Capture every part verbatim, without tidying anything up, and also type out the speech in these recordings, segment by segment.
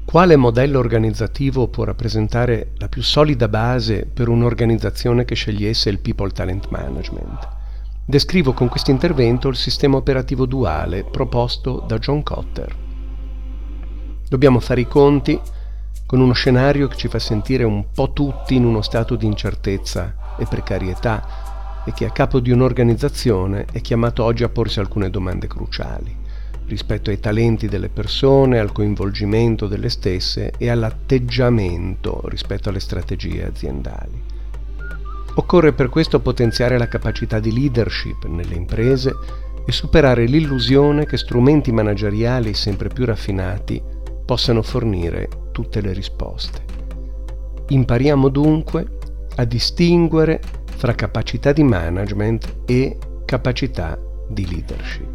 Quale modello organizzativo può rappresentare la più solida base per un'organizzazione che scegliesse il People Talent Management? Descrivo con questo intervento il sistema operativo duale proposto da John Kotter. Dobbiamo fare i conti con uno scenario che ci fa sentire un po' tutti in uno stato di incertezza e precarietà e che a capo di un'organizzazione è chiamato oggi a porsi alcune domande cruciali rispetto ai talenti delle persone, al coinvolgimento delle stesse e all'atteggiamento rispetto alle strategie aziendali. Occorre per questo potenziare la capacità di leadership nelle imprese e superare l'illusione che strumenti manageriali sempre più raffinati possano fornire tutte le risposte. Impariamo dunque a distinguere fra capacità di management e capacità di leadership.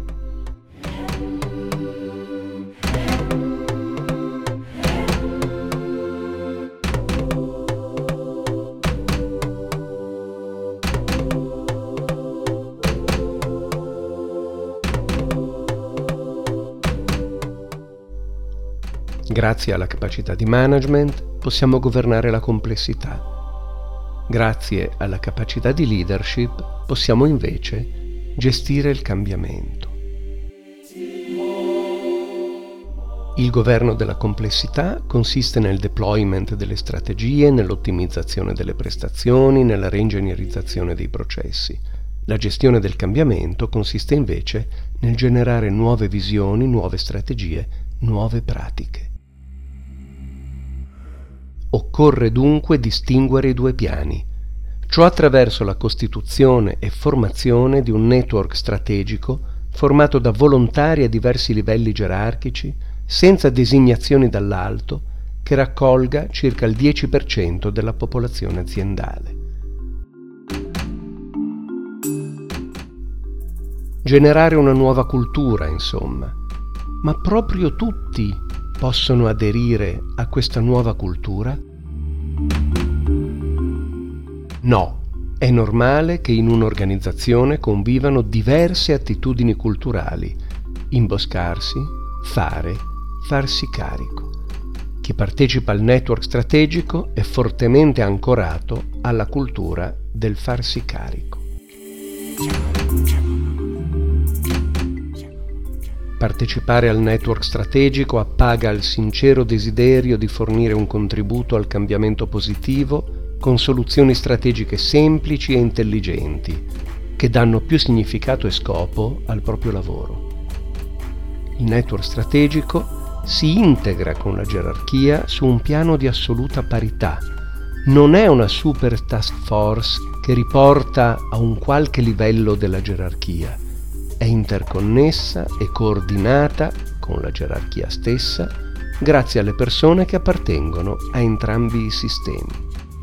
Grazie alla capacità di management possiamo governare la complessità. Grazie alla capacità di leadership possiamo invece gestire il cambiamento. Il governo della complessità consiste nel deployment delle strategie, nell'ottimizzazione delle prestazioni, nella reingegnerizzazione dei processi. La gestione del cambiamento consiste invece nel generare nuove visioni, nuove strategie, nuove pratiche. Occorre dunque distinguere i due piani, ciò attraverso la costituzione e formazione di un network strategico formato da volontari a diversi livelli gerarchici, senza designazioni dall'alto, che raccolga circa il dieci per cento della popolazione aziendale. Generare una nuova cultura, insomma, ma proprio tutti possono aderire a questa nuova cultura? No, è normale che in un'organizzazione convivano diverse attitudini culturali, imboscarsi, fare, farsi carico. Chi partecipa al network strategico è fortemente ancorato alla cultura del farsi carico. Partecipare al network strategico appaga il sincero desiderio di fornire un contributo al cambiamento positivo con soluzioni strategiche semplici e intelligenti, che danno più significato e scopo al proprio lavoro. Il network strategico si integra con la gerarchia su un piano di assoluta parità. Non è una super task force che riporta a un qualche livello della gerarchia. È interconnessa e coordinata con la gerarchia stessa grazie alle persone che appartengono a entrambi i sistemi.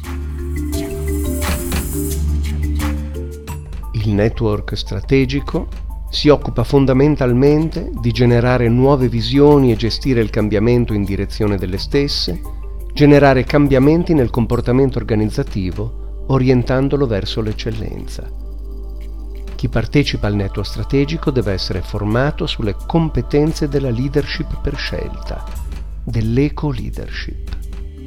Il network strategico si occupa fondamentalmente di generare nuove visioni e gestire il cambiamento in direzione delle stesse, generare cambiamenti nel comportamento organizzativo orientandolo verso l'eccellenza. Chi partecipa al network strategico deve essere formato sulle competenze della leadership per scelta, dell'eco-leadership.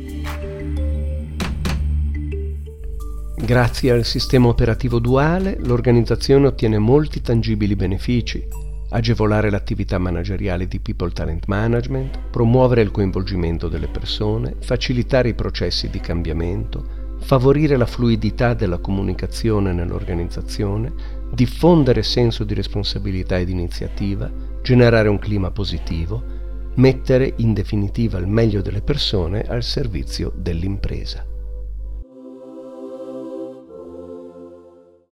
Grazie al sistema operativo duale, l'organizzazione ottiene molti tangibili benefici: agevolare l'attività manageriale di People Talent Management, promuovere il coinvolgimento delle persone, facilitare i processi di cambiamento, favorire la fluidità della comunicazione nell'organizzazione, diffondere senso di responsabilità ed iniziativa, generare un clima positivo, mettere in definitiva il meglio delle persone al servizio dell'impresa.